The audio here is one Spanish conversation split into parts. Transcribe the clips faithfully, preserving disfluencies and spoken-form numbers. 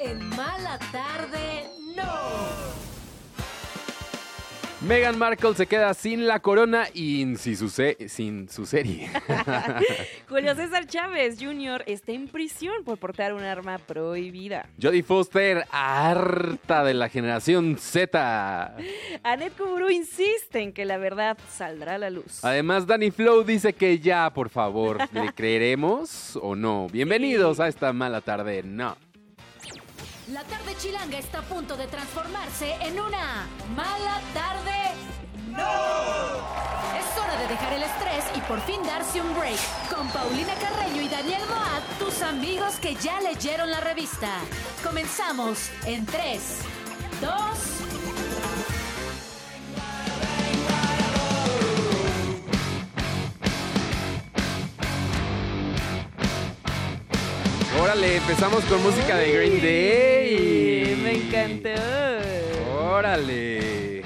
en Mala Tarde No. Meghan Markle se queda sin la corona y sin su, se- sin su serie. Julio César Chávez junior está en prisión por portar un arma prohibida. Jodie Foster, harta de la generación Z. Annette Kuburu insiste en que la verdad saldrá a la luz. Además, Danny Flow dice que ya, por favor, ¿le creeremos o no? Bienvenidos Sí. a esta Mala Tarde No. La tarde chilanga está a punto de transformarse en una Mala Tarde No. Es hora de dejar el estrés y por fin darse un break. Con Paulina Carreño y Daniel Moat, tus amigos que ya leyeron la revista. Comenzamos en tres, dos... Órale, empezamos con música de Green Day. Me encantó. Órale.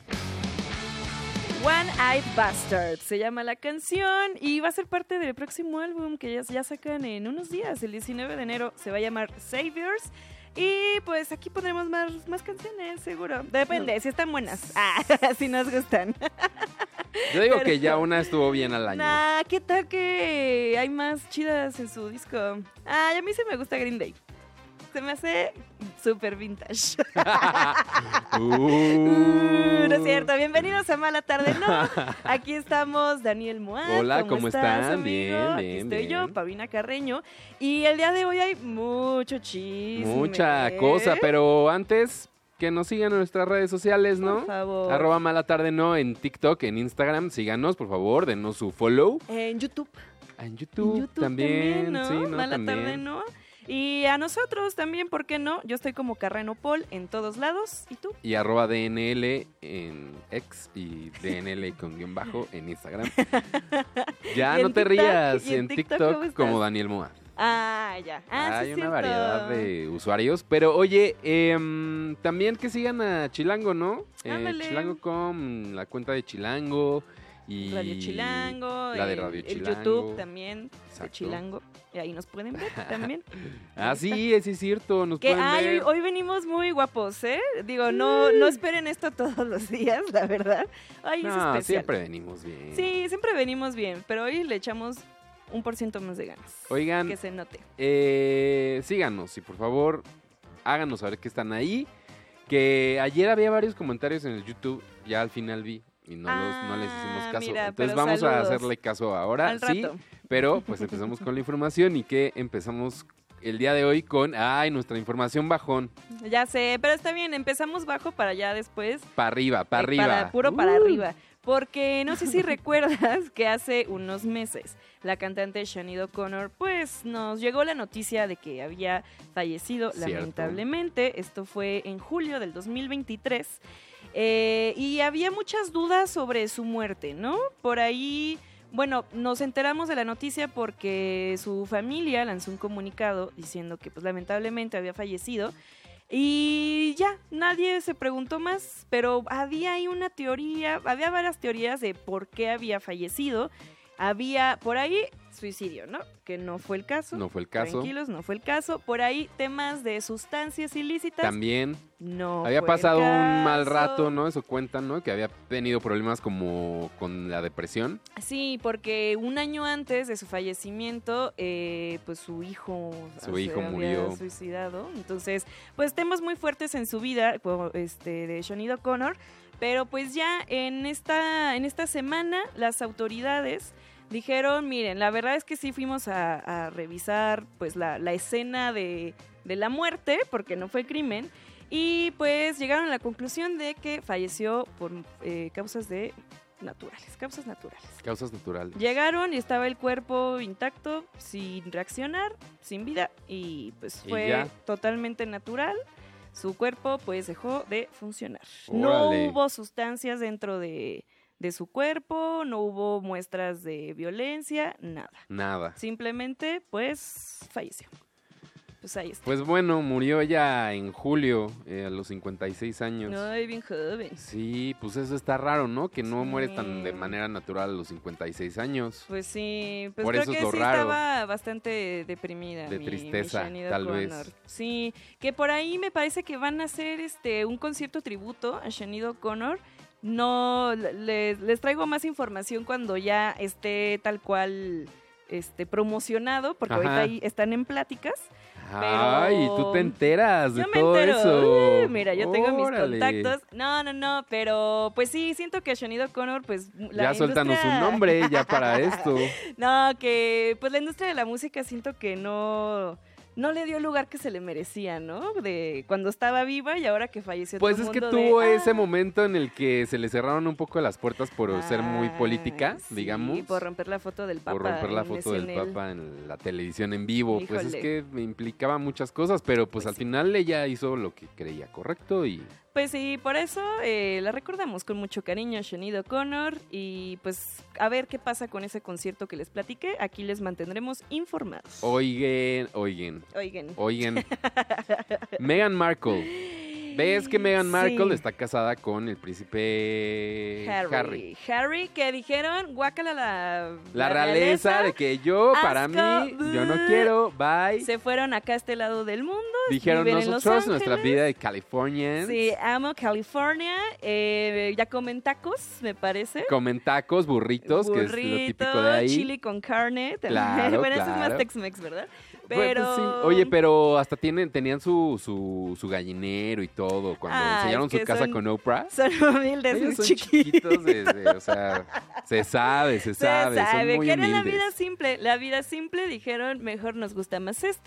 One Eyed Bastard se llama la canción y va a ser parte del próximo álbum que ya, ya sacan en unos días, el diecinueve de enero. Se va a llamar Saviors. Y pues aquí pondremos más, más canciones, seguro. Depende, si están buenas. Ah, si nos gustan. Yo digo Pero- que ya una estuvo bien al año. Nah, ¿qué tal que hay más chidas en su disco? Ah, y a mí sí me gusta Green Day. Se me hace súper vintage. Uh. Uh, no es cierto. Bienvenidos a Mala Tarde, ¿no? Aquí estamos, Daniel Moat. Hola, ¿cómo estás, están? amigo? Bien, Aquí bien, estoy yo, bien. Paulina Carreño. Y el día de hoy hay mucho chisme. Mucha cosa, pero antes que nos sigan en nuestras redes sociales, ¿no? Por favor. Arroba Mala Tarde No en TikTok, en Instagram. Síganos, por favor, denos su follow. En YouTube. En YouTube, En YouTube también, ¿no? sí, ¿no? Mala también. Tarde, ¿no? Y a nosotros también, ¿por qué no? Yo estoy como Carreno Paul en todos lados. ¿Y tú? Y arroba D N L en X y D N L con guión bajo en Instagram. Ya, ¿Y no en te TikTok? rías. ¿Y Y en en TikTok TikTok, cómo estás? como Daniel Moa. Ah, ya. Ah, Hay sí, una cierto. variedad de usuarios. Pero oye, em, también que sigan a Chilango, ¿no? Eh, Ándale. Chilango con la cuenta de Chilango. Y Radio Chilango. La de el- Radio el Chilango. YouTube también de Exacto. Chilango. Y ahí nos pueden ver también. Ah, sí, sí es cierto. Nos Que pueden ay, hoy, ver. hoy venimos muy guapos, ¿eh? Digo, no, no esperen esto todos los días, la verdad. Ay, es No, especial. siempre venimos bien. Sí, siempre venimos bien, pero hoy le echamos un por ciento más de ganas. Oigan, Que se note. eh, síganos y por favor háganos saber que están ahí. Que ayer había varios comentarios en el YouTube, ya al final vi y no, los- no les hicimos Ah, caso. mira, Entonces pero vamos a saludos. hacerle caso ahora, Al sí, rato. pero pues empezamos con la información y que empezamos el día de hoy con, ay, nuestra información bajón, Ya sé, pero está bien, empezamos bajo para ya después. para arriba, para eh, arriba. Para, puro para Uh. arriba. Porque no sé si recuerdas que hace unos meses la cantante Sinead O'Connor pues nos llegó la noticia de que había fallecido Cierto. lamentablemente. Esto fue en julio del dos mil veintitrés. Eh, y había muchas dudas sobre su muerte, ¿no? Por ahí, bueno, nos enteramos de la noticia porque su familia lanzó un comunicado diciendo que pues lamentablemente había fallecido. Y ya, nadie se preguntó más, pero había ahí una teoría, había varias teorías de por qué había fallecido. Había por ahí suicidio, ¿no? Que no fue el caso. No fue el caso. Tranquilos, no fue el caso. Por ahí temas de sustancias ilícitas. También No había fue el pasado un mal caso. rato, ¿no? Eso cuentan, ¿no? Que había tenido problemas como con la depresión. Sí, porque un año antes de su fallecimiento, eh, pues su hijo, Su se hijo había murió. suicidado. Entonces, pues temas muy fuertes en su vida, como, este, de Sinead O'Connor. Pero pues ya en esta, en esta semana las autoridades dijeron, miren, la verdad es que sí fuimos a, a revisar pues la, la escena de, de la muerte, porque no fue crimen. Y pues llegaron a la conclusión de que falleció por eh, causas de naturales, causas naturales. Causas naturales. Llegaron y estaba el cuerpo intacto, sin reaccionar, sin vida, y pues Y fue ya. totalmente natural. Su cuerpo pues dejó de funcionar. Órale. No hubo sustancias dentro de, de su cuerpo, no hubo muestras de violencia, nada. Nada. Simplemente pues falleció. pues ahí está. Pues bueno, murió ella en julio, eh, a los cincuenta y seis años. Ay, bien joven. Sí, pues eso está raro, ¿no? Que no Sí. mueres tan de manera natural a los cincuenta y seis años. Pues sí, pues Por creo eso es que lo sí raro. estaba bastante deprimida. De mi- tristeza, mi Sinead tal O'Connor. vez. Sí, que por ahí me parece que van a hacer este un concierto tributo a Sinead O'Connor. No, les, les traigo más información cuando ya esté tal cual este promocionado, porque Ajá. ahorita ahí están en pláticas. Ay, tú te enteras de Yo me todo entero. eso. Uh, mira, yo tengo Órale. mis contactos. No, no, no, pero pues sí, siento que Sinead O'Connor, pues la Ya suéltanos industria- un nombre ya para esto. No, que pues la industria de la música siento que no, no le dio el lugar que se le merecía, ¿no? De cuando estaba viva y ahora que falleció. Pues todo es el que mundo de, tuvo "Ah". ese momento en el que se le cerraron un poco las puertas por ser muy Ah, política, sí, digamos. por romper la foto del Papa. por romper la en foto del S N L. Papa en la televisión en vivo. Pues es Híjole. que me implicaba muchas cosas, pero pues, Pues al sí. final ella hizo lo que creía correcto y Pues sí, por eso eh, la recordamos con mucho cariño a Sinead O'Connor y pues a ver qué pasa con ese concierto que les platiqué. Aquí les mantendremos informados. oigan, oigan, Oigan. oigan. Meghan Markle. ¿Ves que Meghan Markle Sí. está casada con el príncipe Harry. Harry? Harry, que dijeron, guácala la, La realeza de que yo, para Asco, mí, yo no bleh. quiero, bye. Se fueron acá a este lado del mundo. Dijeron viven en Los nosotros, nuestra Ángeles. vida de California. Sí, amo California. Eh, ya comen tacos, me parece. Comen tacos, burritos, que es lo típico de ahí. Chili con carne. también. Claro, bueno, eso es más claro. Tex-Mex, ¿verdad? Pues, pues, Pero... sí. Oye, pero hasta tienen, tenían su, su, su gallinero y todo cuando Ah, enseñaron es su que casa son- con Oprah. Son humildes, Ellos muy son chiquitos. chiquitos desde, o sea, se sabe, se Se sabe, son sabe, muy querían la humildes. vida simple. La vida simple, dijeron, mejor nos gusta más esto.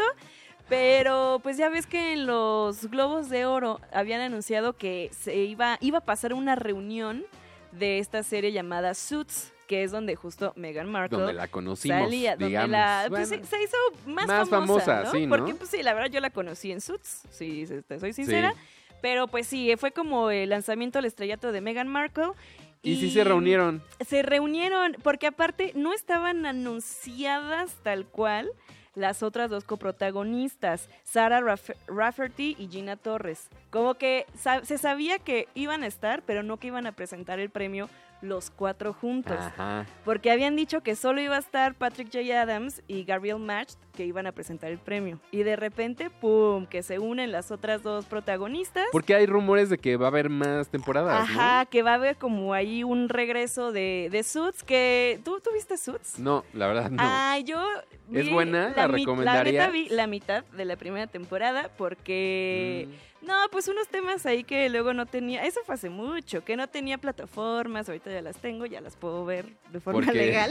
Pero pues ya ves que en los Globos de Oro habían anunciado que se iba, iba a pasar una reunión de esta serie llamada Suits, que es donde justo Meghan Markle Donde la conocimos, salía, donde digamos. la, pues, Bueno, se, se hizo más, más famosa, famosa, ¿no? sí, ¿no? Porque pues sí, la verdad yo la conocí en Suits, sí, te soy sincera. Sí. Pero pues sí, fue como el lanzamiento del estrellato de Meghan Markle. Y sí se reunieron. Se reunieron, porque aparte no estaban anunciadas tal cual las otras dos coprotagonistas, Sarah Raff- Rafferty y Gina Torres. Como que sa- se sabía que iban a estar, pero no que iban a presentar el premio los cuatro juntos. Ajá. Porque habían dicho que solo iba a estar Patrick J. Adams y Gabrielle Macht que iban a presentar el premio. Y de repente, ¡pum!, que se unen las otras dos protagonistas. Porque hay rumores de que va a haber más temporadas, Ajá, que va a haber como ahí un regreso de, de Suits, que... ¿Tú, ¿tú viste Suits? ¿no? No, la verdad no. Ah, yo... ¿Es vi buena? ¿La mi- recomendarías? La neta vi la mitad de la primera temporada porque... Mm. No, pues unos temas ahí que luego no tenía... Eso fue hace mucho, que no tenía plataformas, ahorita ya las tengo, ya las puedo ver de forma ¿Por qué? legal.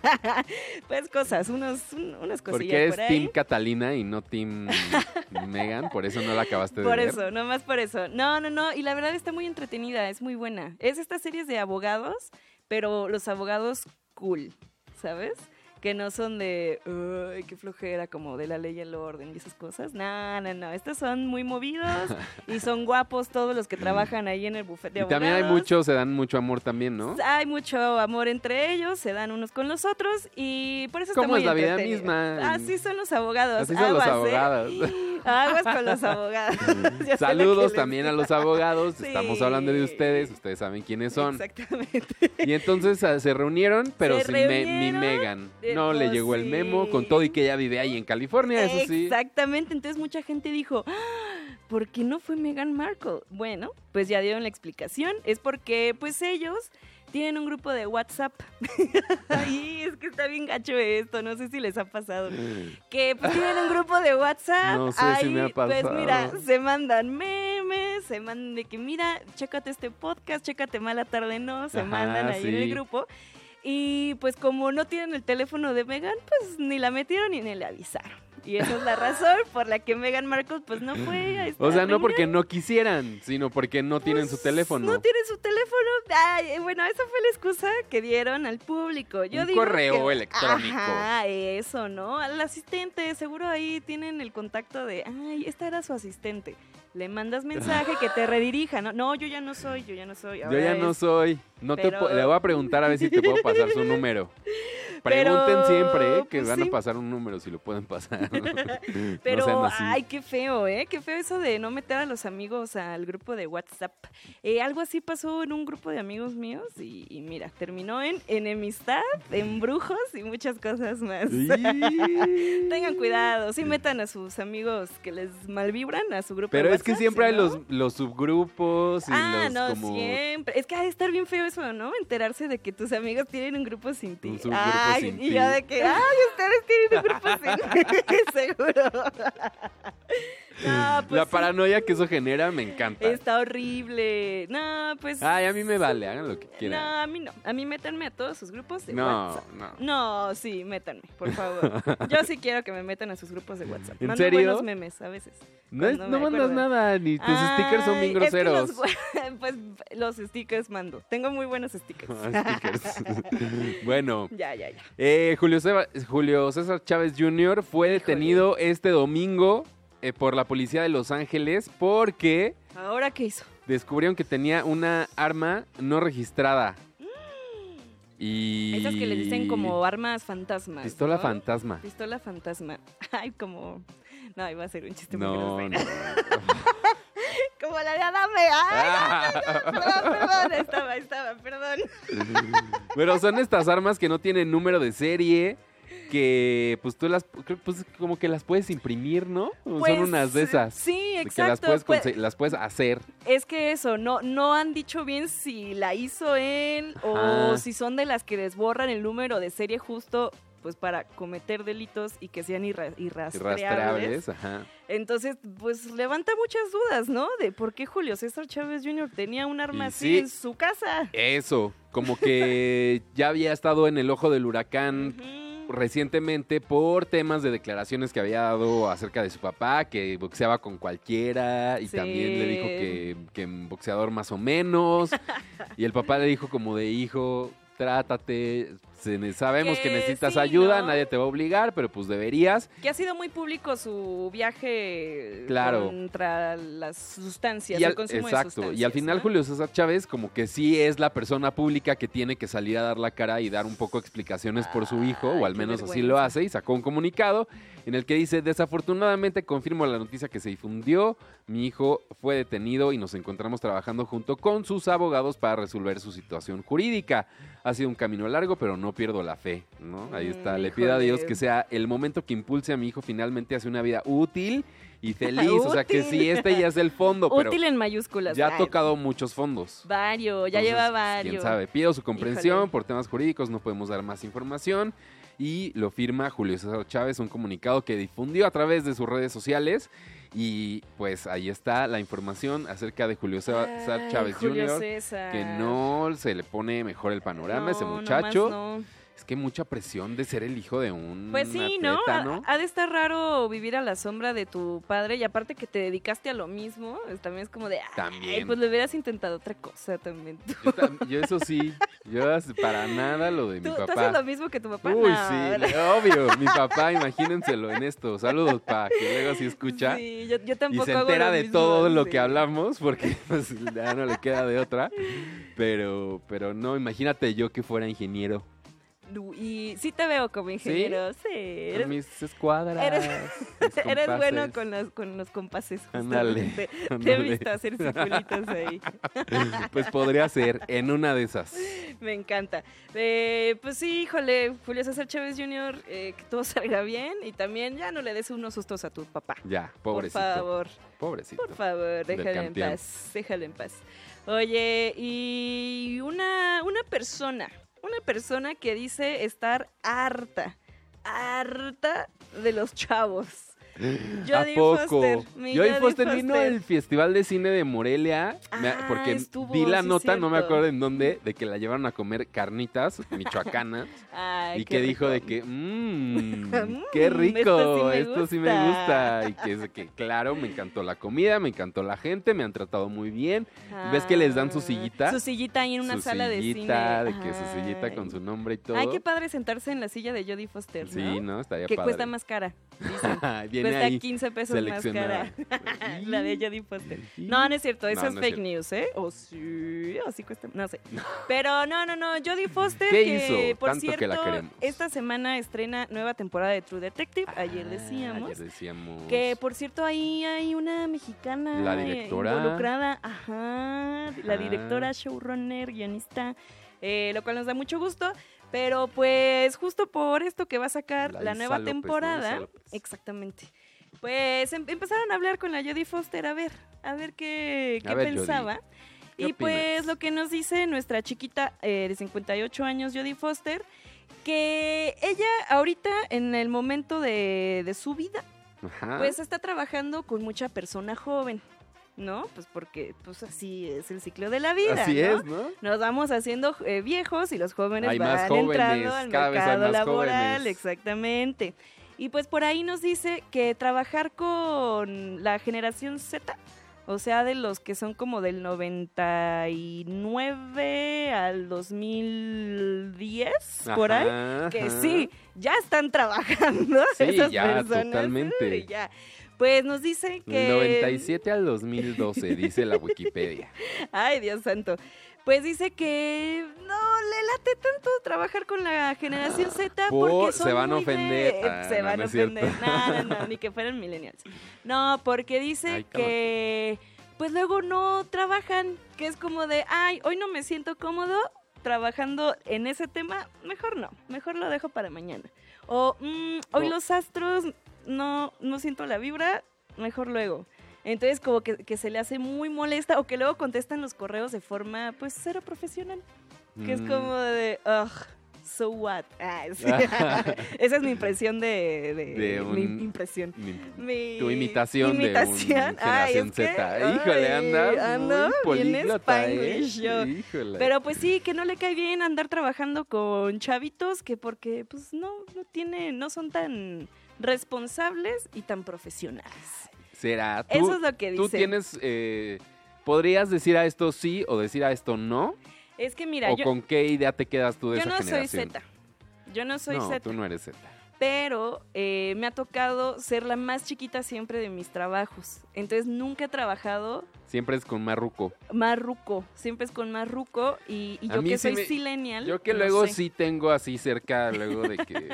Pues cosas, unos, un- unas Porque cosillas eres por ahí. Team Catalina y no Team Megan, por eso no la acabaste de Por ver. eso, nomás por eso. No, no, no, y la verdad está muy entretenida, es muy buena. Es estas series de abogados, pero los abogados cool, ¿sabes? Que no son de, ay, qué flojera, como de la ley y el orden y esas cosas. No, no, no, estos son muy movidos y son guapos todos los que trabajan ahí en el buffet de Y abogados. también hay mucho, se dan mucho amor también, ¿no? Hay mucho amor entre ellos, se dan unos con los otros y por eso está ¿Cómo muy es la vida entretenido. misma? Así son los abogados. Así son los Aguas, ¿eh? abogados. Aguas con los abogados. Ya sé lo que Saludos les también a digo. los abogados, Sí. estamos hablando de ustedes, ustedes saben quiénes son. Exactamente. Y entonces ah, se reunieron, pero Se sin me- mi reunieron, Megan. eh, No le pues llegó el sí. memo, con todo y que ella vive ahí en California, eso sí. Exactamente. Entonces mucha gente dijo, "Ah, ¿por qué no fue Meghan Markle? Bueno, pues ya dieron la explicación. Es porque, pues ellos tienen un grupo de WhatsApp. Ay, es que está bien gacho esto. No sé si les ha pasado. Que pues tienen un grupo de WhatsApp. No sé si ahí, me ha Pues pasado. mira, se mandan memes, se mandan de que mira, chécate este podcast, chécate Mala Tarde No, se Ajá, mandan ahí en el sí. grupo. Y pues como no tienen el teléfono de Meghan, pues ni la metieron ni le avisaron. Y esa es la razón por la que Meghan Markle pues no fue a esta O sea, no reunión. porque no quisieran, sino porque no tienen su Pues, teléfono. No tienen su teléfono. Ay, bueno, esa fue la excusa que dieron al público. Yo Un digo correo que- electrónico. Ajá, eso, ¿no? Al asistente, seguro ahí tienen el contacto de, ay, esta era su asistente. Le mandas mensaje que te redirija, ¿no? No, yo ya no soy, yo ya no soy. Yo ahora ya no es- soy. No te pero- po- le voy a preguntar a ver si te puedo pasar su número. Pregunten Pero, siempre, ¿eh? Que pues, van sí. a pasar un número si lo pueden pasar. Pero, no sean así. ay, qué feo, ¿eh? Qué feo eso de no meter a los amigos al grupo de WhatsApp. Eh, algo así pasó en un grupo de amigos míos y, y mira, terminó en enemistad, en brujos y muchas cosas más. Y- Tengan cuidado, sí metan a sus amigos que les malvibran a su grupo Pero de es que WhatsApp, siempre hay ¿no? los, los subgrupos y Ah, los no, como... siempre. Es que ha de estar bien feo eso, ¿no? Enterarse de que tus amigos tienen un grupo sin ti. Un subgrupo Ay, sin y ti. yo de que, ay, ustedes tienen un grupo sin ti. Seguro. No, pues La sí. paranoia que eso genera me encanta. Está horrible. No, pues. Ay, a mí me vale, hagan lo que No, quieran. a mí no. A mí métanme a todos sus grupos de No, WhatsApp. no. No, sí, métanme, por favor. Yo sí quiero que me metan a sus grupos de WhatsApp. ¿En Mando serio? buenos memes a veces. No, es- cuando no me mandas acuerdo. nada, ni tus stickers son bien Ay, es que groseros. los- pues los stickers mando. Tengo muy buenos stickers. Ah, stickers. Bueno, Ya, ya, ya. eh, Julio, Seba- Julio César Chávez junior fue Híjole. detenido este domingo eh, por la policía de Los Ángeles porque ¿Ahora qué hizo? descubrieron que tenía una arma no registrada. Y... Esas que les dicen como armas fantasmas. Pistola ¿no? fantasma. Pistola fantasma. Ay, como. No, iba a ser un chiste muy No, grosero. no. Como la de Adame. Ay, no, no, no, perdón, perdón. Estaba, estaba, perdón. Pero son estas armas que no tienen número de serie, que pues tú las, creo, pues como que las puedes imprimir, ¿no? Pues, son unas de esas. Sí, de que las exacto. puedes, Pues, conse- las puedes hacer. es que eso, no, no han dicho bien si la hizo él Ajá. o si son de las que les borran el número de serie justo pues para cometer delitos y que sean irra- irrastreables. Rastreables, ajá. Entonces, pues levanta muchas dudas, ¿no? De por qué Julio César Chávez junior tenía un arma Y así sí. en su casa. Eso, como que ya había estado en el ojo del huracán Ujú. recientemente por temas de declaraciones que había dado acerca de su papá, que boxeaba con cualquiera y Sí. también le dijo que, que boxeador más o menos. Y el papá le dijo como de hijo, trátate, se- sabemos que, Que necesitas sí, ayuda, ¿no? nadie te va a obligar, pero pues deberías. Que ha sido muy público su viaje Claro. contra las sustancias, Y el al- consumo de exacto, sustancias. y al final ¿no? Julio César Chávez como que sí es la persona pública que tiene que salir a dar la cara y dar un poco explicaciones por su hijo, Ay, o al qué menos así vergüenza. lo hace, y sacó un comunicado en el que dice, desafortunadamente confirmo la noticia que se difundió, mi hijo fue detenido y nos encontramos trabajando junto con sus abogados para resolver su situación jurídica. Ha sido un camino largo, pero no pierdo la fe, ¿no? Ahí está, Mm, le pido a Dios híjole. que sea el momento que impulse a mi hijo finalmente hacia una vida útil y feliz, o sea que Útil. sí, este ya es el fondo, pero Útil en mayúsculas. ya ha Ay, tocado muchos fondos. Varios, ya Entonces, lleva pues, varios. Quién sabe, pido su comprensión Híjole. por temas jurídicos, no podemos dar más información. Y lo firma Julio César Chávez, un comunicado que difundió a través de sus redes sociales. Y pues ahí está la información acerca de Julio César Ay, Chávez Julio junior César. Que no se le pone mejor el panorama a ese No, muchacho. nomás no. Es que mucha presión de ser el hijo de un Pues sí, ¿no? atleta, Ha- ¿no? Ha de estar raro vivir a la sombra de tu padre y aparte que te dedicaste a lo mismo, es- también es como de, ay, También. pues le hubieras intentado otra cosa también. Tú, Yo, tam- yo eso sí, yo as- para nada lo de mi tú, tú papá. haces lo mismo que tu papá. Uy, No, sí, ¿verdad? obvio. Mi papá, imagínenselo en esto. Saludos, pa, que luego sí escucha. Sí, yo, yo Y tampoco se hago entera lo de mismo, todo lo sí. que hablamos, porque pues, ya no le queda de otra. Pero, pero no, imagínate yo que fuera ingeniero. Y sí te veo como ingeniero, sí. Con Eres, mis escuadras. eres- mis eres bueno compases. con, las, con los compases. Ándale, justamente. Te he ándale. visto hacer circulitos ahí. Pues podría ser, en una de esas. Me encanta. Eh, pues sí, híjole, Julio César Chávez junior, eh, que todo salga bien y también ya no le des unos sustos a tu papá. Ya, pobrecito. Por favor, Pobrecito. por favor, Del déjalo en campeón. paz, déjalo en paz. Oye, y una, una persona, una persona que dice estar harta, harta de los chavos. ¿A Jodie poco? Foster, mi Jodie Jodie Foster vino Foster. al Festival de Cine de Morelia, me- Ah, porque estuvo, vi la sí, nota, no me cierto. acuerdo en dónde, de que la llevaron a comer carnitas michoacanas Ay, y qué que dijo rico. de que, mmm, Mm, qué esto sí rico, me esto sí me gusta. gusta. Y que, es de que, claro, me encantó la comida, me encantó la gente, me han tratado muy bien. ¿Ves que les dan su Ah, sillita? Su sillita ahí en una Su silla de cine. sillita, de que su sillita con Ay. su nombre y todo. Ay, qué padre sentarse en la silla de Jodie Foster, ¿no? Sí, ¿no? Estaría Que padre. cuesta más cara, dicen. Bien viene Cuesta ahí quince pesos más seleccionada. cara. La de Jodie Foster. No, no es cierto, eso No, es no es fake cierto. news, ¿eh? O sí, o sí cuesta, no sé. Pero no, no, no, Jodie Foster, ¿Qué que hizo? por Tanto que cierto, la queremos. esta semana estrena nueva temporada de True Detective, ayer Ah, decíamos. Ayer decíamos. Que por cierto ahí hay una mexicana La eh, directora. involucrada, ajá, la Ajá. directora, showrunner, guionista, eh, lo cual nos da mucho gusto. Pero pues justo por esto que va a sacar La la, Isa nueva López, ¿no? temporada, Isa López. exactamente. Pues em- empezaron a hablar con la Jodie Foster a ver, a ver qué, A qué ver, pensaba. Jodie, ¿qué Y pues opinas? lo que nos dice nuestra chiquita eh, de cincuenta y ocho años, Jodie Foster, que ella ahorita en el momento de, de su vida, Ajá. pues está trabajando con mucha persona joven, ¿no? Pues porque pues así es el ciclo de la vida, Así ¿no? es, ¿no? Nos vamos haciendo eh, viejos y los jóvenes Hay van más jóvenes, entrando al cada vez hay mercado más laboral, jóvenes. exactamente. Y pues por ahí nos dice que trabajar con la generación Z, o sea, de los que son como del noventa y nueve al dos mil diez, por ahí, Ajá, que ajá. sí, ya están trabajando Sí, esas ya, personas. totalmente. Uy, ya. Pues nos dice que... Del noventa y siete al dos mil doce, dice la Wikipedia. Ay, Dios santo. Pues dice que no le late tanto trabajar con la generación Z Por- porque son se van a muy de- ofender. eh, Ah, se no, van no a es cierto. ofender. No, no, no, ni que fueran millennials. No, porque dice Ay, cálmate. que pues luego no trabajan, que es como de, ay, hoy no me siento cómodo trabajando en ese tema, mejor no, mejor lo dejo para mañana. O mm, hoy O- los astros no, no siento la vibra, mejor luego. Entonces como que, que se le hace muy molesta o que luego contestan los correos de forma pues cero profesional. Que es Mm. como de, ugh, so what? Ah, sí. Esa es mi impresión de... de, De mi un- impresión. Mi- Mi Tu imitación, imitación. de un Ay, Generación es que, Z. Híjole, ay, andas ando muy bien políglota, ¿eh? Spanglish yo. Híjole. Pero pues sí, que no le cae bien andar trabajando con chavitos que porque pues no, no tiene, no son tan responsables y tan profesionales. ¿Será? ¿Tú, Eso es lo que tú dice. tienes... eh, ¿podrías decir a esto sí o decir a esto no? Es que mira, ¿O yo, con qué idea te quedas tú de yo esa no soy generación? Z. Yo no soy no, Z. tú no eres Z. Pero eh, me ha tocado ser la más chiquita siempre de mis trabajos. Entonces nunca he trabajado Siempre es con marruco. más ruco. Siempre es con más ruco. Y, y A yo mí que sí soy me- silenial. Yo que no luego sé. sí tengo así cerca, luego de que...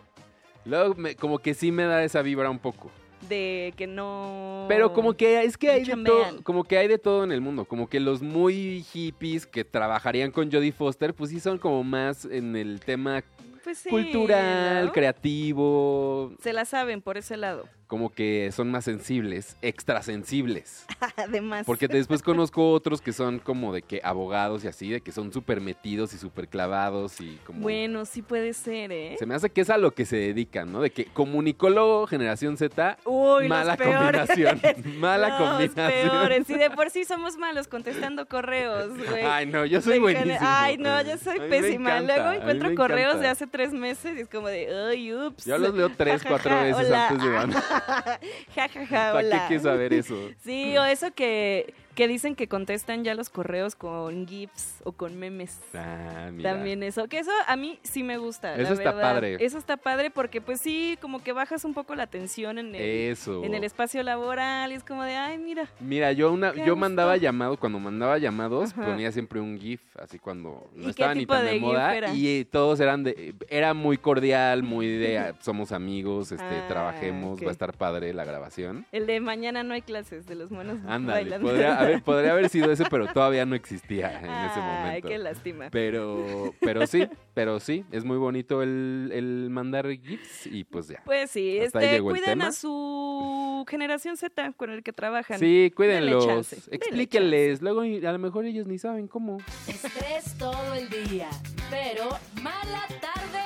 luego me- como que sí me da esa vibra un poco. De que no. Pero como que es que no hay de chambean. todo, como que hay de todo en el mundo, como que los muy hippies que trabajarían con Jodie Foster, pues sí son como más en el tema Pues sí, cultural, ¿no? creativo, Se la saben por ese lado. como que son más sensibles, extrasensibles. Además. Porque después conozco otros que son como de que abogados y así, de que son súper metidos y súper clavados y como... Bueno, sí puede ser, ¿eh? Se me hace que es a lo que se dedican, ¿no? De que comunicólogo generación Z, Uy, mala los peores. combinación. Mala Los combinación. peores. Si de por sí somos malos contestando correos, güey. Ay, no, yo soy De buenísimo. gene- Ay, no, yo soy A mí me pésima. encanta, a Luego mí encuentro me correos encanta. de hace tres meses y es como de, ay, ups. Yo los leo tres, Ja, ja, cuatro ja, veces hola. antes de mandar. Ja, ja, ja, ¿Para qué hola. quieres saber eso? Sí, o eso que, que dicen que contestan ya los correos con GIFs o con memes. Ah, mira. También eso, que eso a mí sí me gusta. Eso la está verdad. padre. Eso está padre porque pues sí, como que bajas un poco la tensión en el, Eso. en el espacio laboral y es como de, ay, mira. Mira, yo una, Qué yo gusto. mandaba llamados, cuando mandaba llamados, Ajá. ponía siempre un GIF, así cuando ¿Y no qué estaba ni tipo tan de de GIF moda. era? Y eh, todos eran de, era muy cordial, muy de ah, somos amigos, este, Ah, trabajemos, ok. va a estar padre la grabación. El de mañana no hay clases de los monos Ándale, bailando. podría, a ver, podría haber sido ese, pero todavía no existía en ese Ay, momento. qué lástima. Pero, pero sí, pero sí, es muy bonito el, el mandar GIFs y pues ya. Pues sí, Hasta ahí este, llegó el cuiden tema. a su generación Z con el que trabajan. Sí, Denle cuídenlos, chance, denle explíquenles, luego a lo mejor ellos ni saben cómo. Estrés todo el día, pero mala tarde,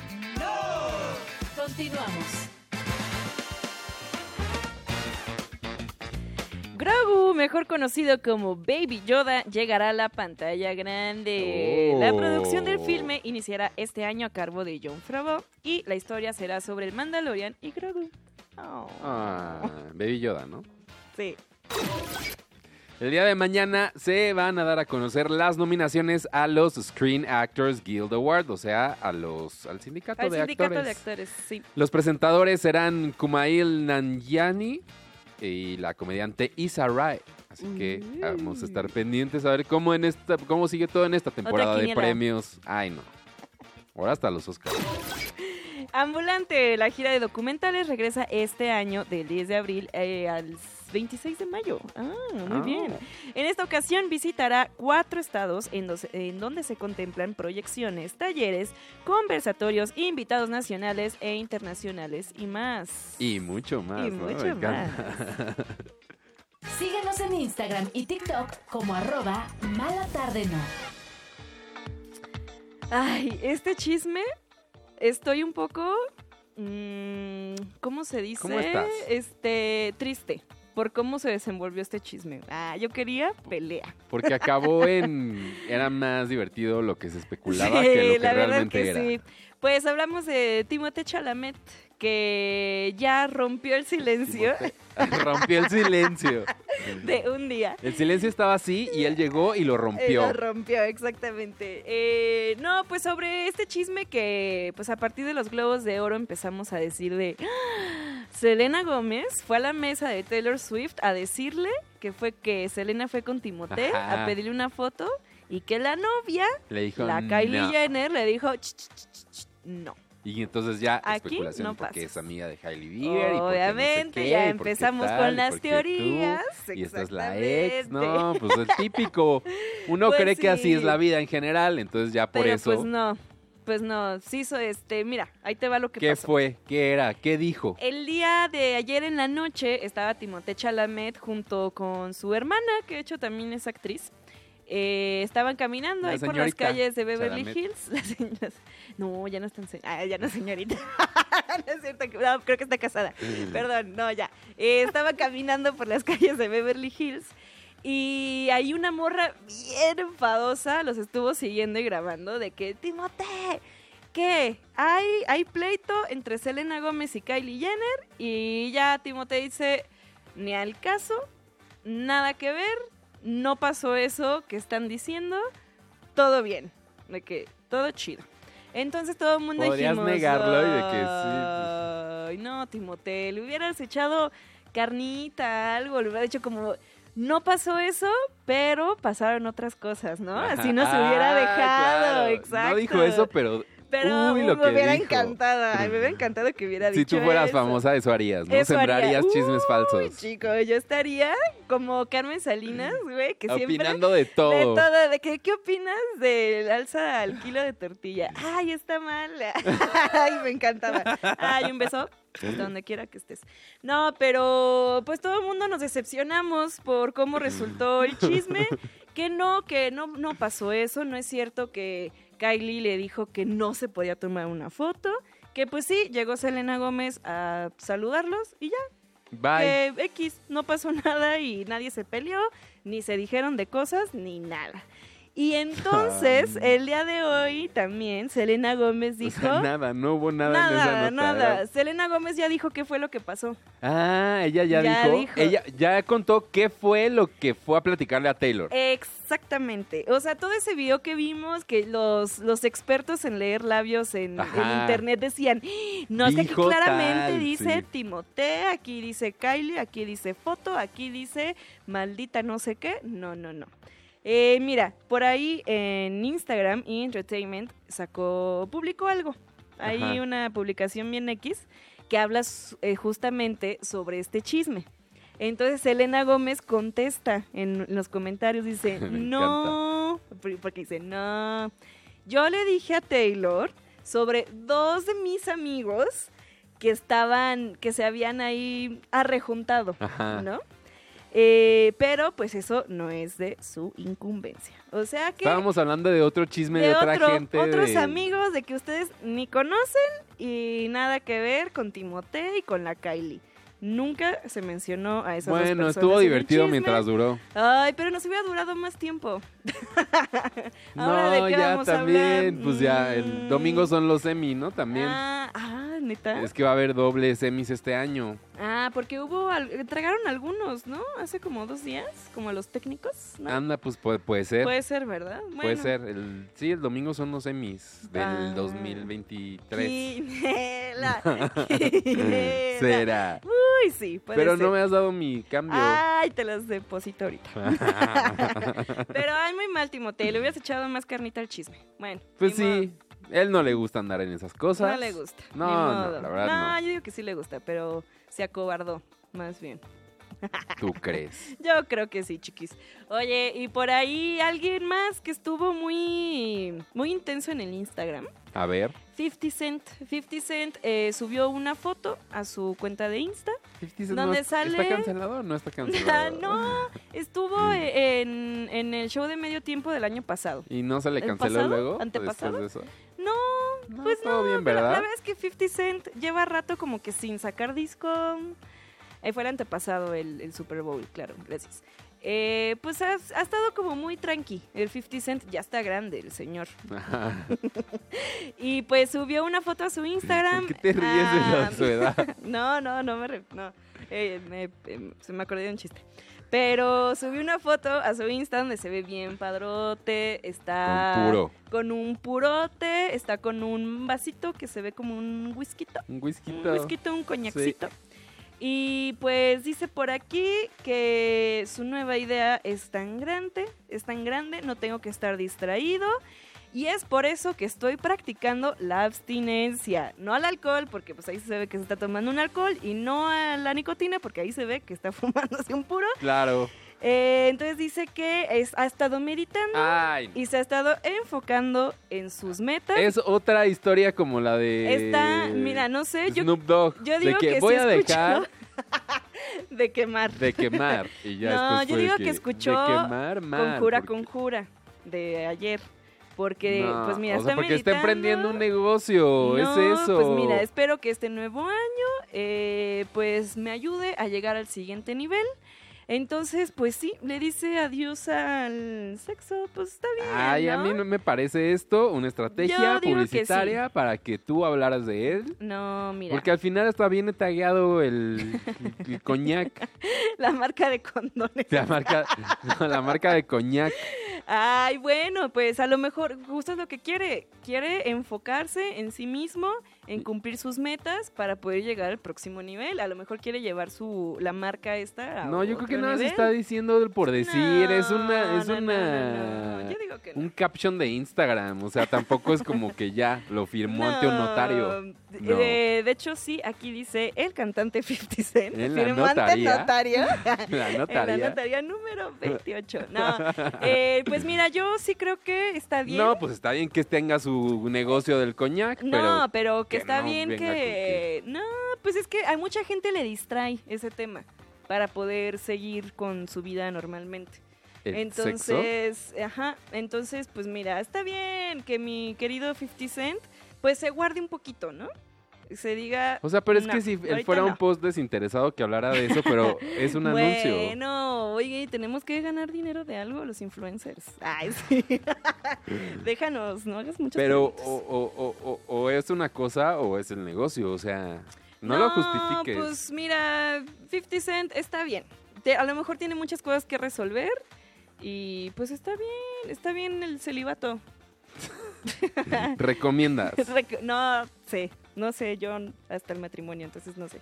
no. Continuamos. Grogu, mejor conocido como Baby Yoda, llegará a la pantalla grande. Oh. La producción del filme iniciará este año a cargo de Jon Favreau y la historia será sobre el Mandalorian y Grogu. Oh. Ah, Baby Yoda, ¿no? Sí. El día de mañana se van a dar a conocer las nominaciones a los Screen Actors Guild Award, o sea, a los al sindicato, Al de, sindicato actores. de actores, sí. Los presentadores serán Kumail Nanjiani y la comediante Issa Rae. Así que Uy. vamos a estar pendientes a ver cómo en esta, cómo sigue todo en esta temporada de quiniela. premios. Ay, no. Ahora hasta los Oscars. Ambulante, la gira de documentales regresa este año del diez de abril eh, al veintiséis de mayo. Ah, muy Ah. bien. En esta ocasión visitará cuatro estados en, dos- en donde se contemplan proyecciones, talleres, conversatorios, invitados nacionales e internacionales y más. Y mucho más. Y ¿no? mucho Me encanta. Síguenos en Instagram y TikTok como arroba Mala Tarde No. Ay, este chisme, estoy un poco, mm, ¿cómo se dice? ¿Cómo estás? Este, triste por cómo se desenvolvió este chisme. Ah, yo quería pelea. Porque acabó en... Era más divertido lo que se especulaba Sí, que lo que la verdad realmente que era. sí. Pues hablamos de Timothée Chalamet, que ya rompió el silencio Rompió el silencio. de un día. El silencio estaba así y él llegó y lo Eh, rompió. lo rompió, exactamente. Eh, no, pues sobre este chisme que, pues a partir de los Globos de Oro empezamos a decir de... ¡Ah! Selena Gómez fue a la mesa de Taylor Swift a decirle que fue que Selena fue con Timothée Ajá. a pedirle una foto y que la novia, Le dijo la Kylie no. Jenner, le dijo "Ch, ch, ch, ch, ch, no". Y entonces ya Aquí especulación no porque pasas. es amiga de Hailey Bieber y porque no sé Obviamente, qué, ya y porque empezamos tal, con y las porque teorías. tú, y esta es la ex, exactamente. no, pues el típico. Uno Pues cree que así sí. es la vida en general, entonces ya por Pero eso. pues no, pues no, sí hizo este, mira, ahí te va lo que ¿Qué pasó. fue? ¿Qué era? ¿Qué dijo? El día de ayer en la noche estaba Timothée Chalamet junto con su hermana, que de hecho también es actriz. Eh, estaban caminando La ahí por las señorita calles de Beverly Chalamet. Hills. Las señoras- no, ya no están. se- Ah, ya no, señorita. No es cierto, que- no, creo que está casada. Perdón, no, ya. Eh, estaba caminando por las calles de Beverly Hills y hay una morra bien enfadosa, los estuvo siguiendo y grabando de que, Timothée, ¿qué? Hay, hay pleito entre Selena Gómez y Kylie Jenner y ya Timothée dice, ni al caso, nada que ver, no pasó eso que están diciendo, todo bien, de que todo chido. Entonces todo el mundo Podrías dijimos, negarlo y de que sí, ay, no, Timothée, le hubieras echado carnita, algo, le hubieras hecho como... No pasó eso, pero pasaron otras cosas, ¿no? Así no se hubiera Ah, dejado, claro. exacto. No dijo eso, pero Pero uy, uh, lo me que hubiera dijo. encantado, ay, me hubiera encantado que hubiera si dicho tú fueras eso. famosa, eso harías, ¿no? Eso haría. Sembrarías chismes Uy, falsos. chico, yo estaría como Carmen Salinas, güey, que siempre... Opinando de todo. De todo, de que, ¿qué opinas del alza al kilo de tortilla? Ay, está mal. Ay, me encantaba. Ay, un beso hasta donde quiera que estés. No, pero pues todo el mundo nos decepcionamos por cómo resultó el chisme. Que no, que no, no pasó eso. No es cierto que Kylie le dijo que no se podía tomar una foto. Que pues sí, llegó Selena Gómez a saludarlos y ya. Bye. Que X, no pasó nada y nadie se peleó, ni se dijeron de cosas, ni nada. Y entonces, el día de hoy también, Selena Gómez O dijo... sea, nada, no hubo nada, en esa Nada, nota. nada. Selena Gómez ya dijo qué fue lo que pasó. Ah, ella ya, Ya dijo, dijo. Ella ya contó qué fue lo que fue a platicarle a Taylor. Exactamente. O sea, todo ese video que vimos, que los, los expertos en leer labios en, Ajá. en internet decían, no, es que aquí Dijo claramente tal, dice sí. Timothée, aquí dice Kylie, aquí dice foto, aquí dice maldita no sé qué. No, no, no. Eh, mira, por ahí en Instagram y Entertainment sacó, publicó algo. Hay Ajá. una publicación bien X que habla eh, justamente sobre este chisme. Entonces Selena Gómez contesta en los comentarios, dice, Me no, porque dice, no, yo le dije a Taylor sobre dos de mis amigos que estaban, que se habían ahí arrejuntado, Ajá. ¿no? Eh, pero pues eso no es de su incumbencia. O sea que Estábamos hablando de otro chisme de, de otra otro- gente. otros de- amigos de que ustedes ni conocen y nada que ver con Timothée y con la Kylie. Nunca se mencionó a esas dos Bueno, personas estuvo en el divertido chisme. mientras duró. Ay, pero nos hubiera durado más tiempo. Ahora, No, ¿de qué ya vamos a también, hablar? pues ya, el Mm. domingo son los Emmy, ¿no? También. Ah, ay, Ah, ¿neta? Es que va a haber dobles semis este año. Ah, porque hubo, al- entregaron algunos, ¿no? Hace como dos días, como a los técnicos, ¿no? Anda, pues puede, puede ser. Puede ser, ¿verdad? Puede Bueno. ser. El, sí, el domingo son los semis del Ah. dos mil veintitrés. Quinela, quinela. Será. Uy, sí, puede Pero ser. no me has dado mi cambio. Ay, te los deposito ahorita. Pero ay, muy mal, Timoteo. Le hubieras echado más carnita al chisme. Bueno. Pues ni modo. sí, él no le gusta andar en esas cosas. No le gusta. No, ni no, modo. la verdad no. yo digo que sí le gusta, pero se acobardó, más bien. ¿Tú crees? Yo creo que sí, chiquis. Oye, y por ahí alguien más que estuvo muy, muy intenso en el Instagram. A ver. fifty Cent. fifty Cent eh, subió una foto a su cuenta de Insta. fifty Cent ¿Dónde no es- sale? ¿Está cancelado o no está Ah, cancelado? no, estuvo en, en el show de medio tiempo del año pasado. ¿Y no se le ¿El canceló pasado? luego? ¿Antepasado? Después de eso? No, No, pues todo no, bien, pero ¿verdad? la verdad es que fifty Cent lleva rato como que sin sacar disco. Eh, fue el antepasado el, el Super Bowl, claro, gracias. Eh, pues ha, ha estado como muy tranqui. El fifty Cent ya está grande, el señor. Ajá. Y pues subió una foto a su Instagram. ¿Por qué te ríes de la- Ah, su edad? No, no, no me... re- no. Eh, me, eh, se me acordé de un chiste. Pero subió una foto a su Insta donde se ve bien padrote, está Con puro. con un purote, está con un vasito que se ve como un whisky, Un un whisky. whisky, un coñacito. Y pues dice por aquí que su nueva idea es tan grande, es tan grande, no tengo que estar distraído. Y es por eso que estoy practicando la abstinencia. No al alcohol, porque pues ahí se ve que se está tomando un alcohol. Y no a la nicotina, porque ahí se ve que está fumándose un puro. Claro. Eh, entonces dice que es, ha estado meditando Ay, y se ha estado enfocando en sus metas. es otra historia como la de Está, mira, no sé, yo, Snoop Dogg. yo digo de que, que voy sí a escuchó dejar de quemar. de quemar. Y ya No, después yo fue digo que, que escuchó de quemar, mar, conjura, porque- conjura de ayer. Porque, No, pues mira, o sea, está porque está meditando. emprendiendo un negocio, No, es eso. Pues mira, espero que este nuevo año eh, pues me ayude a llegar al siguiente nivel. Entonces, pues sí, le dice adiós al sexo, pues está bien. Ay, a ¿no? mí no me parece esto una estrategia Yo digo que publicitaria para que tú hablaras de él. No, mira, Porque al final está bien tagueado el, el, el coñac. la marca de condones. La marca, no, la marca de coñac. Ay, bueno, pues a lo mejor justo es lo que quiere. Quiere enfocarse en sí mismo, en cumplir sus metas para poder llegar al próximo nivel. A lo mejor quiere llevar su la marca esta a No, yo creo que otro nada se nivel. está diciendo por decir. es No, una, es no, no, una, no, no. Yo digo que no. un caption de Instagram. O sea, tampoco es como que ya lo firmó ante un notario. No, No. De, de hecho, sí, aquí dice el cantante fifty Cent. En la firmó ante notaría. notario. La En notaría. la notaría número veintiocho. No, eh, pues mira, yo sí creo que está bien. No, pues está bien que tenga su negocio del coñac, No, pero pero, que, que está no bien venga que... No, pues es que a mucha gente le distrae ese tema para poder seguir con su vida normalmente. el sexo. Entonces, ajá, entonces pues mira, está bien que mi querido fifty Cent pues se guarde un poquito, ¿no? Se diga... O sea, pero es no, que si él ahorita fuera no. un post desinteresado que hablara de eso, pero es un anuncio. Bueno, oye, tenemos que ganar dinero de algo los influencers. Ay, sí. Déjanos, no hagas muchas Pero preguntas. o, o, o, o, o es una cosa o es el negocio, o sea, no, lo justifiques. Pues mira, fifty Cent está bien. Te- a lo mejor tiene muchas cosas que resolver y pues está bien, está bien el celibato. Recomiendas. Rec- no sé, no sé, yo hasta el matrimonio, entonces no sé.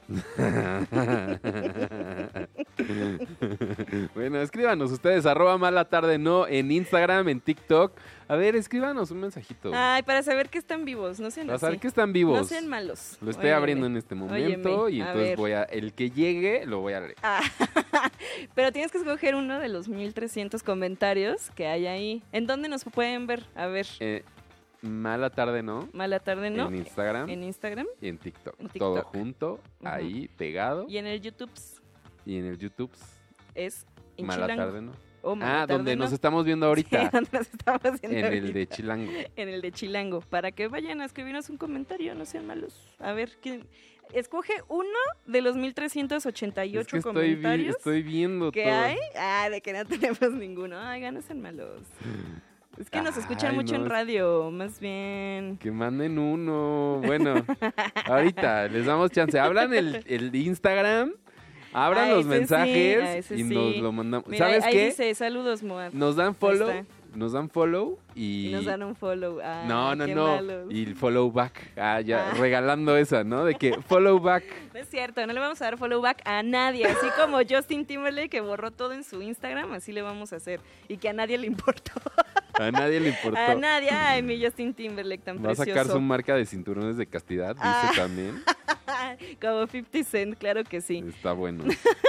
Bueno, escríbanos ustedes, arroba mala tarde no, en Instagram, en TikTok. A ver, escríbanos un mensajito. Ay, para saber que están vivos, no sean Para así. saber que están vivos. No sean malos. Lo estoy Óyeme. abriendo en este momento Óyeme, y a entonces ver. voy a, el que llegue lo voy a leer. Ah, pero tienes que escoger uno de los mil trescientos comentarios que hay ahí. ¿En dónde nos pueden ver? A ver, Eh, mala tarde no, mala tarde, ¿no? en Instagram En Instagram y en TikTok. en Todo TikTok. junto, Ujú. ahí pegado. y en el YouTube Y en el YouTube, es en mala Chilango. tarde no. O Mala Ah, Tarde donde No. nos estamos viendo Sí, ahorita. donde nos estamos haciendo En el ahorita. de Chilango. En el de Chilango, para que vayan a escribirnos un comentario, no sean malos. A ver, ¿quién? Escoge uno de los mil trescientos ochenta y Es ocho que estoy, vi- comentarios estoy viendo que todo. hay. Ah, de que no tenemos ninguno. Ay, no sean malos. Es que nos escuchan Ay, mucho no, en es- radio, más bien. Que manden uno. Bueno, ahorita les damos chance. Hablan el, el Instagram, abran Ah, los ese sí, mensajes ah, ese y sí. nos lo mandamos. Mira, ¿Sabes ahí qué? dice, saludos, Moat. Nos dan follow, está. nos dan follow y... Y nos dan un follow. Ah, no, no, qué no. malos. Y el follow back. Ah, ya, Ah. regalando esa, ¿no? De que follow back. No es cierto, no le vamos a dar follow back a nadie. Así como Justin Timberlake que borró todo en su Instagram, así le vamos a hacer. Y que a nadie le importó. A nadie le importó. A nadie. Ay, mi Justin Timberlake tan Va a precioso. sacar su marca de cinturones de castidad, dice Ah. también. Como cincuenta Cent, claro que sí. Está bueno.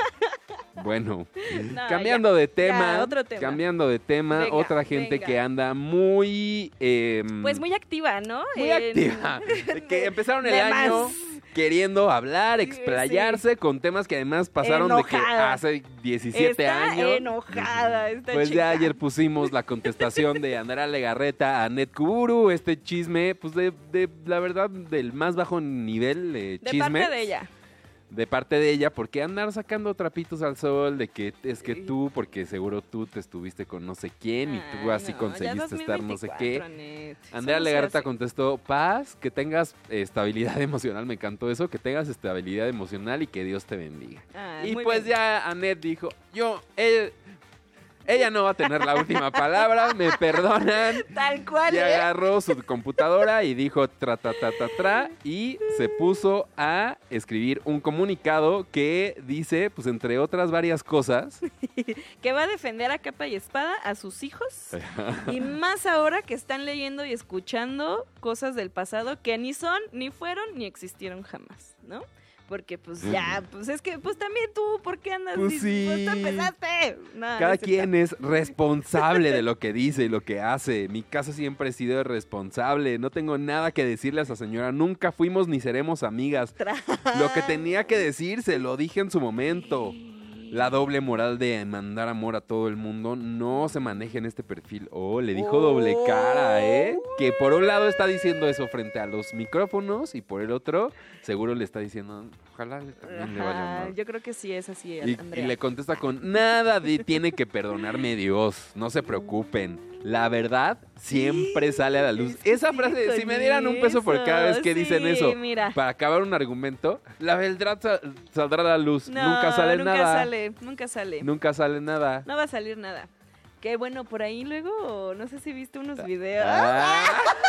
Bueno, No, cambiando ya, de tema, ya, otro tema. cambiando de tema, Venga, otra gente venga. que anda muy... eh, Pues muy activa, ¿no? muy En- activa. De que empezaron el de año más. queriendo hablar, Sí, explayarse con temas que además pasaron de que Enojada. hace diecisiete está años. enojada esta Pues chica. ya ayer pusimos la contestación de Andrea Legarreta a Net Kuburu, este chisme, pues de, de la verdad del más bajo nivel de De chismes. parte de ella. De parte de ella, porque andar sacando trapitos al sol de que es que Sí. tú, porque seguro tú te estuviste con no sé quién y tú Ay, así no, conseguiste ya estar no sé qué. dos mil veinticuatro, Anet. Andrea Eso no se Legarreta hace. contestó, paz, que tengas eh, estabilidad emocional, me encantó eso, que tengas estabilidad emocional y que Dios te bendiga. Ay, y muy pues bien. ya Anet dijo, yo, él, ella no va a tener la última palabra, me perdonan. Tal cual, Y ¿eh? agarró su computadora y dijo tra, tra, tra, tra, tra, y se puso a escribir un comunicado que dice, pues entre otras varias cosas, Que va a defender a capa y espada a sus hijos. Y más ahora que están leyendo y escuchando cosas del pasado que ni son, ni fueron, ni existieron jamás, ¿no? Porque pues ya, pues es que, pues también tú, ¿por qué andas? Pues dis- sí. Pues tú empezaste. No, no cada es cierto. quien es responsable de lo que dice y lo que hace. Mi caso siempre he sido responsable, no tengo nada que decirle a esa señora, nunca fuimos ni seremos amigas. Lo que tenía que decir se lo dije en su momento. La doble moral de mandar amor a todo el mundo no se maneja en este perfil. Oh, le dijo doble cara, ¿eh? Que por un lado está diciendo eso frente a los micrófonos y por el otro seguro le está diciendo, ojalá le- también le vaya Ajá, mal. yo creo que sí es así, Y, y Andrea. le contesta con, nada de tiene que perdonarme Dios, no se preocupen. La verdad siempre sale a la luz. Es que Esa sí, frase, con si me dieran un peso por cada vez que sí, dicen eso, mira. para acabar un argumento, la verdad sa- saldrá a la luz. No, nunca sale nunca nada. sale, nunca sale. Nunca sale nada. No va a salir nada. Que bueno, por ahí luego, no sé si viste unos videos. Ah,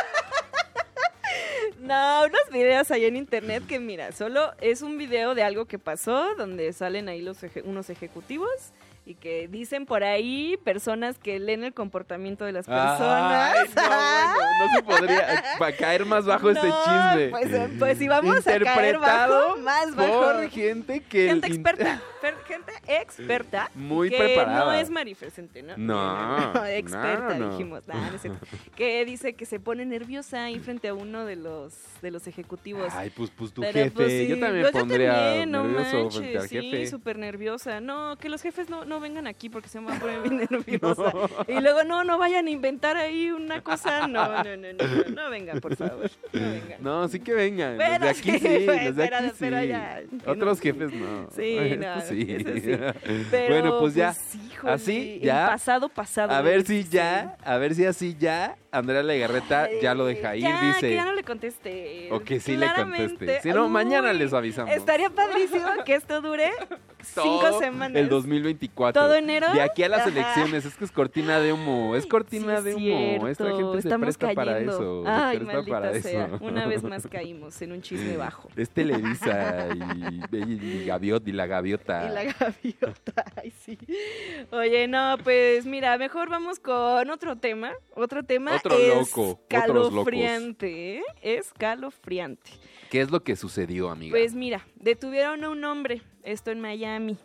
No, unos videos ahí en internet que mira, solo es un video de algo que pasó donde salen ahí los eje- unos ejecutivos y que dicen por ahí personas que leen el comportamiento de las personas. ay, no, bueno, no se podría para caer más bajo este No, chisme. Pues, eh, pues si vamos a caer Interpretado bajo, más bajo. por gente que Gente el- experta, per- gente experta. Muy que preparada. no es marifesente, ¿no? No, experta, no, no. dijimos. Nah, no es cierto. Que dice que se pone nerviosa ahí frente a uno de los, de los ejecutivos. Ay, pues, pues tu Pero, jefe. pues, sí, Yo también pues, pondría también, no nervioso manches, frente al sí, jefe. súper nerviosa. No, que los jefes no, no vengan aquí porque se me van a poner bien nerviosa. Y luego, no, no vayan a inventar ahí una cosa. No, no, no, no, no, no vengan, por favor. No vengan. No, sí que vengan. Pero los de aquí sí, sí, pues, los de pero- aquí sí. pero ya, que Otros no. jefes no. Sí, Estos no, sí. eso sí. Pero, bueno, pues ya. híjole, así, el ya. pasado, pasado. A ver ¿no? si Sí. ya, a ver si así ya, Andrea Legarreta ya lo deja ir, Ya, dice. que ya no le conteste. O que sí le Claramente, conteste. Si no, mañana uy, les avisamos. Estaría padrísimo que esto dure cinco Todo semanas. El dos mil veinticuatro. ¿Todo enero? De aquí a las Ajá. elecciones. Es que es cortina de humo. Es cortina Sí, de es humo. Esta cierto, gente se estamos presta para cayendo. eso. se Ay, presta maldita para sea. eso. Una vez más caímos en un chisme bajo. Es Televisa y, y, y Gaviot y la gaviota. Y la gaviota, ay sí. Oye, no, pues mira, mejor vamos con otro tema. Otro tema Otro loco, otros locos. escalofriante, ¿eh? Escalofriante. ¿Qué es lo que sucedió, amiga? Pues mira, detuvieron a un hombre, esto en Miami.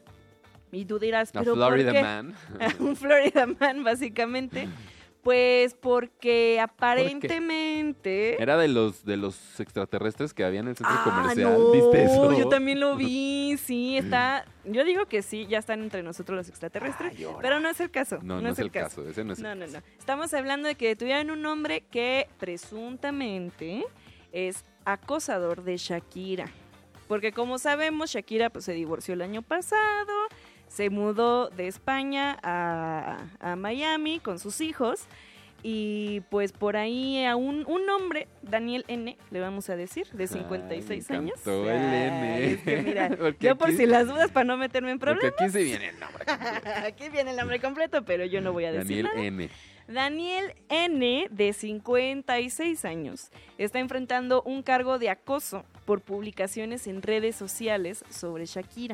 Y tú dirás, A ¿pero Florida por qué? Man. Un Florida Man, básicamente. Pues porque aparentemente... Era de los de los extraterrestres que había en el centro Ah, comercial. no, ¿Viste eso? yo también lo vi, sí, está... Yo digo que sí, ya están entre nosotros los extraterrestres, Ay, ahora. pero no es el caso. No, no, es el caso. Ese no es el No, no, caso. no. Estamos hablando de que detuvieron un hombre que presuntamente es acosador de Shakira. Porque como sabemos, Shakira pues, se divorció el año pasado, se mudó de España a, a Miami con sus hijos, Y pues por ahí a un, un hombre, Daniel N., le vamos a decir, de cincuenta y seis Ay, me años. encantó el N. Ay, es que mira, Porque yo por aquí- si las dudas, para no meterme en Porque problemas, aquí se viene el nombre completo. aquí viene el nombre completo, pero yo no voy a decir Daniel nada. N. Daniel N., de cincuenta y seis años, está enfrentando un cargo de acoso por publicaciones en redes sociales sobre Shakira.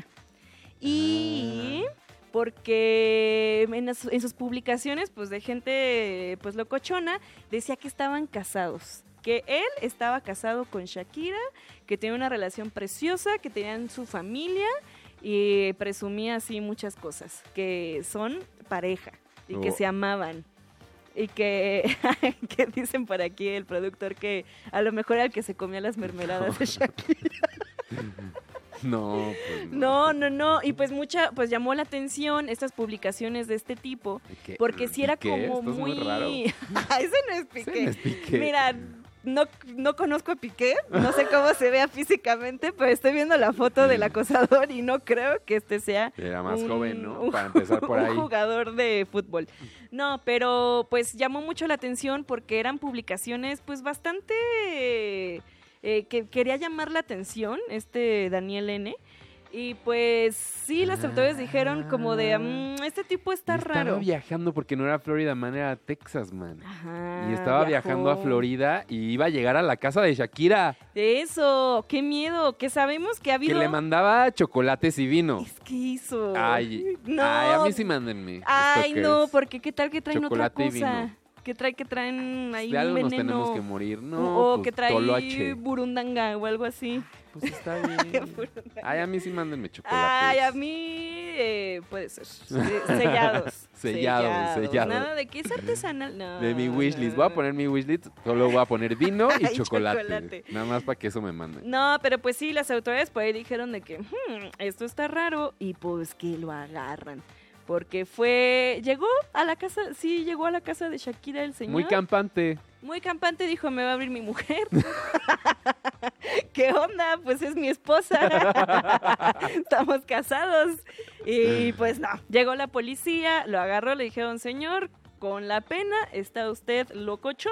Y Ah. porque en, las- en sus publicaciones, pues de gente pues locochona, decía que estaban casados. Que él estaba casado con Shakira, que tenía una relación preciosa, que tenían su familia y presumía así muchas cosas, que son pareja y que Oh. se amaban. Y que, que dicen por aquí el productor que a lo mejor era el que se comía las mermeladas de Shakira. No, pues no. No, no, no. Y pues mucha, pues llamó la atención estas publicaciones de este tipo, ¿Qué? porque si era ¿Piqué? como Estás muy... muy raro. Ese no es Ese Piqué. no es Piqué. Mira, no, no conozco a Piqué, no sé cómo se vea físicamente, pero estoy viendo la foto del acosador y no creo que este sea Era más un- joven, ¿no? un- Para empezar por ahí. un jugador de fútbol. No, pero pues llamó mucho la atención porque eran publicaciones pues bastante... eh, que quería llamar la atención, este Daniel N., y pues sí, las autoridades dijeron como de, "Mm, este tipo está Y estaba raro". viajando porque no era Florida Man, era Texas Man. Ajá, Y estaba viajó. viajando a Florida y iba a llegar a la casa de Shakira, Eso, qué miedo, que sabemos que ha que habido... le mandaba chocolates y vino. Es que hizo... Ay, no. ay, a mí sí mándenme. Ay, stalkers. no, porque qué tal que traen Chocolate y otra cosa. vino. ¿Qué trae que traen ahí De un algo nos veneno? tenemos que morir. No, o pues, que trae toloache. burundanga o algo así. Pues está bien. Burundanga. Ay, a mí sí mándenme chocolates. Ay, a mí eh, puede ser. Eh, Sellados. Sellados, sellados. Nada de que es artesanal. No, De mi no, wishlist. no, Voy a no. poner mi wishlist, solo voy a poner vino y Ay, chocolate. chocolate. Nada más para que eso me manden. No, pero pues sí, las autoridades por ahí dijeron de que "Hmm, esto está raro y pues que lo agarran. Porque fue, llegó a la casa, sí, llegó a la casa de Shakira el señor. Muy campante. Muy campante, dijo, me va a abrir mi mujer. ¿Qué onda? Pues es mi esposa. Estamos casados. Y pues no, llegó la policía, lo agarró, le dijeron, señor, con la pena está usted locochón.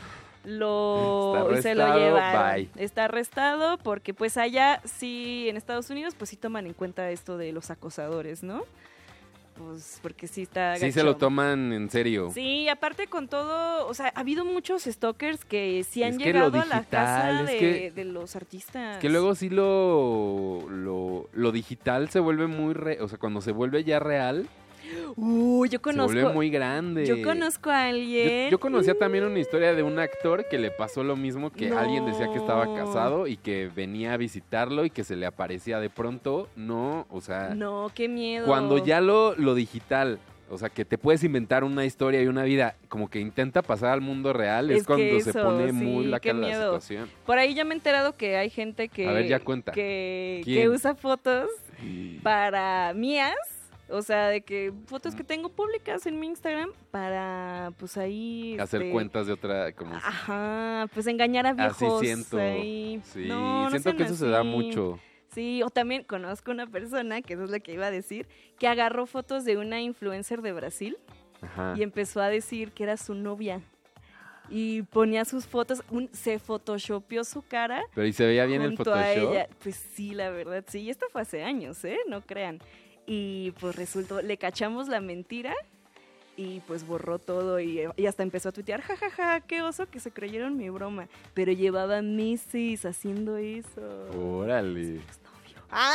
Lo, Está y se lo arrestado, llevaron. bye. Está arrestado porque pues allá sí, en Estados Unidos, pues sí toman en cuenta esto de los acosadores, ¿no? Pues porque sí está Sí se gacho. lo toman en serio. Sí, aparte con todo, o sea, ha habido muchos stalkers que sí han Es que lo llegado a la casa digital, de, es que- de los artistas. Es que luego sí lo, lo, lo digital se vuelve muy... Re, o sea, cuando se vuelve ya real, Uh, yo se conozco, vuelve muy grande. yo conozco a Yo, alguien. yo conocía también una historia de un actor que le pasó lo mismo, que No. alguien decía que estaba casado y que venía a visitarlo y que se le aparecía de pronto. No, o sea, No, qué miedo. cuando ya lo, lo digital, o sea, que te puedes inventar una historia y una vida, como que intenta pasar al mundo real, es, Es que cuando se eso, pone sí, muy la qué cara la miedo. situación. Por ahí ya me he enterado que hay gente que A ver, ya cuenta. que, ¿Quién? que usa fotos para mías. O sea, de que fotos que tengo públicas en mi Instagram para, pues ahí... Hacer este, cuentas de otra... Como, Ajá, pues engañar a así viejos. siento. ahí. Sí, No, no siento sean que eso se da así. mucho. Sí, o también conozco una persona, que eso es lo que iba a decir, que agarró fotos de una influencer de Brasil Ajá. y empezó a decir que era su novia. Y ponía sus fotos, un- se photoshopeó su cara Pero ¿y se veía bien el junto a Photoshop? ella. Pues sí, la verdad, sí. Y esto fue hace años, ¿eh? No crean. Y pues resultó, le cachamos la mentira y pues borró todo y, y hasta empezó a tuitear, jajaja, ja, ja, qué oso que se creyeron mi broma. Pero llevaba meses haciendo eso. Órale. Exnovio. ¡Ah!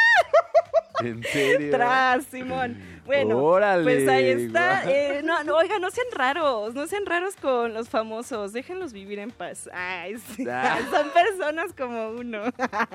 ¿En serio? Tras, Simón. Bueno, Órale, pues ahí está. guau. Eh, no, no, oiga, no sean raros, no sean raros con los famosos, déjenlos vivir en paz. Ay, sí, Ah. son personas como uno.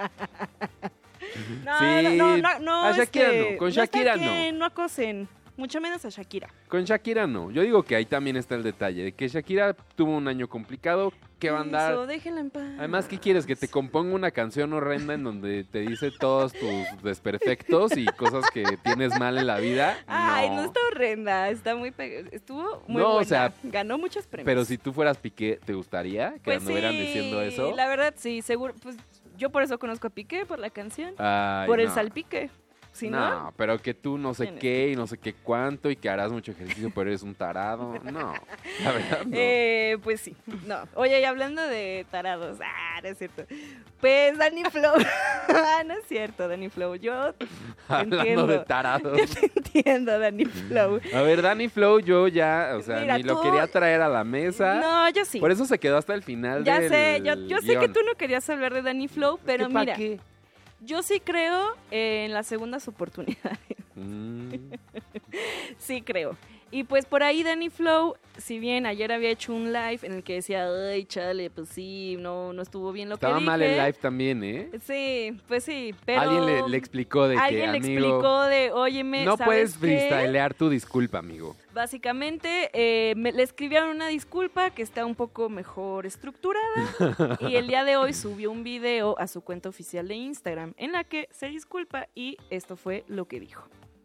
No, Sí, no, no, no, no, a Shakira este, no, con está Shakira no. bien, no acosen, mucho menos a Shakira. Con Shakira no. Yo digo que ahí también está el detalle, de que Shakira tuvo un año complicado, que va a andar... Eso, déjenla en paz. Además, ¿qué quieres? Que te componga una canción horrenda en donde te dice todos tus desperfectos y cosas que tienes mal en la vida. Ay, no, no está horrenda, está muy pe- estuvo muy No, o buena. sea, ganó muchos premios. Pero si tú fueras Piqué, ¿te gustaría que Pues anduvieran sí, diciendo eso? la verdad sí, seguro, pues yo por eso conozco a Piqué, por la canción, Ay, por el no. salpique. Si no, No, pero que tú no sé Tienes qué y no sé qué cuánto y que harás mucho ejercicio, pero eres un tarado. No, la verdad no. Eh, pues sí, no. Oye, y hablando de tarados, ah, no es cierto. Pues Danny Flow, ah, no es cierto, Danny Flow, yo te Hablando entiendo. de tarados. Yo te entiendo, Danny Flow. A ver, Danny Flow, yo ya, o sea, Mira, ni lo tú- quería traer a la mesa. No, yo sí. Por eso se quedó hasta el final Ya del sé, yo, yo sé que guión. tú no querías hablar de Danny Flow, pero ¿Qué pa' mira, qué? yo sí creo en las segundas oportunidades. Mm, Sí creo. Y pues por ahí Danny Flow, si bien ayer había hecho un live en el que decía, ay, chale, pues sí, no, no estuvo bien lo estaba que mal el dije". live también, ¿eh? Sí, pues sí, pero... Alguien le, le explicó de que, Alguien le amigo, explicó de, óyeme, no ¿sabes puedes qué? freestylear tu disculpa, amigo. Básicamente, eh, me- le escribieron una disculpa que está un poco mejor estructurada y el día de hoy subió un video a su cuenta oficial de Instagram en la que se disculpa y esto fue lo que dijo.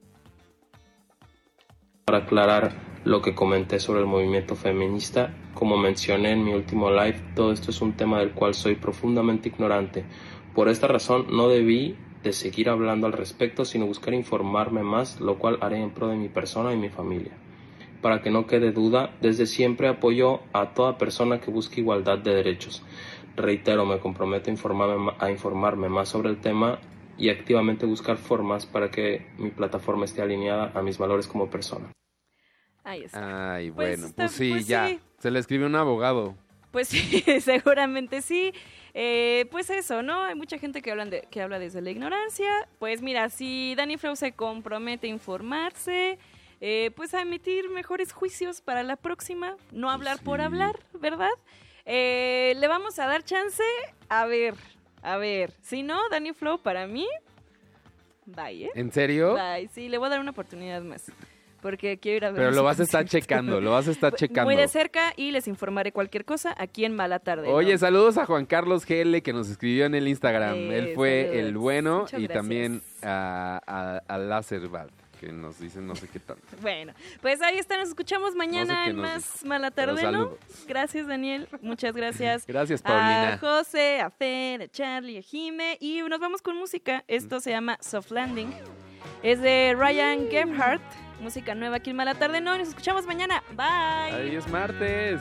Para aclarar lo que comenté sobre el movimiento feminista, como mencioné en mi último live, todo esto es un tema del cual soy profundamente ignorante. Por esta razón no debí de seguir hablando al respecto, sino buscar informarme más, lo cual haré en pro de mi persona y mi familia. Para que no quede duda, desde siempre apoyo a toda persona que busque igualdad de derechos. Reitero, me comprometo a informarme, a informarme más sobre el tema y activamente buscar formas para que mi plataforma esté alineada a mis valores como persona. Ahí está. Ay, Pues bueno, está- pues sí, pues ya. sí. Se le escribió un abogado. Pues sí, seguramente sí. Eh, pues eso, ¿no? Hay mucha gente que, hablan de, que habla desde la ignorancia. Pues mira, si Danny Flow se compromete a informarse, eh, pues a emitir mejores juicios para la próxima, no hablar por Sí. hablar, ¿verdad? Eh, le vamos a dar chance, a ver, a ver. Si no, Danny Flow para mí, bye, ¿eh? ¿En serio? Bye, sí, le voy a dar una oportunidad más. Porque quiero ir a ver Pero su lo vas a estar concierto. checando, lo vas a estar checando. Muy de cerca y les informaré cualquier cosa aquí en Mala Tarde. ¿no? Oye, saludos a Juan Carlos G L que nos escribió en el Instagram. Eh, Él fue saludos. el bueno Muchas y gracias. también a, a, a Lacerval, que nos dicen no sé qué tanto. Bueno, pues ahí está, nos escuchamos mañana qué en nos más dice, Mala pero Tarde, ¿no? saludos. Gracias, Daniel. Muchas gracias. Gracias, Paulina. A José, a Fer, a Charlie, a Jime. Y nos vamos con música. Esto se llama Soft Landing. Es de Ryan Gebhardt. Música nueva aquí en Mala Tarde, ¿no? Nos escuchamos mañana. Bye. Adiós, martes.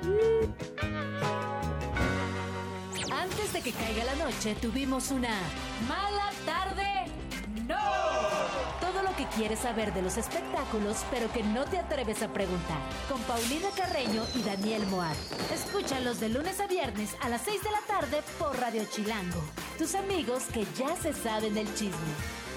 Antes de que caiga la noche, tuvimos una mala tarde. ¡No! Todo lo que quieres saber de los espectáculos, pero que no te atreves a preguntar. Con Paulina Carreño y Daniel Moat. Escúchalos de lunes a viernes a las seis de la tarde por Radio Chilango. Tus amigos que ya se saben del chisme.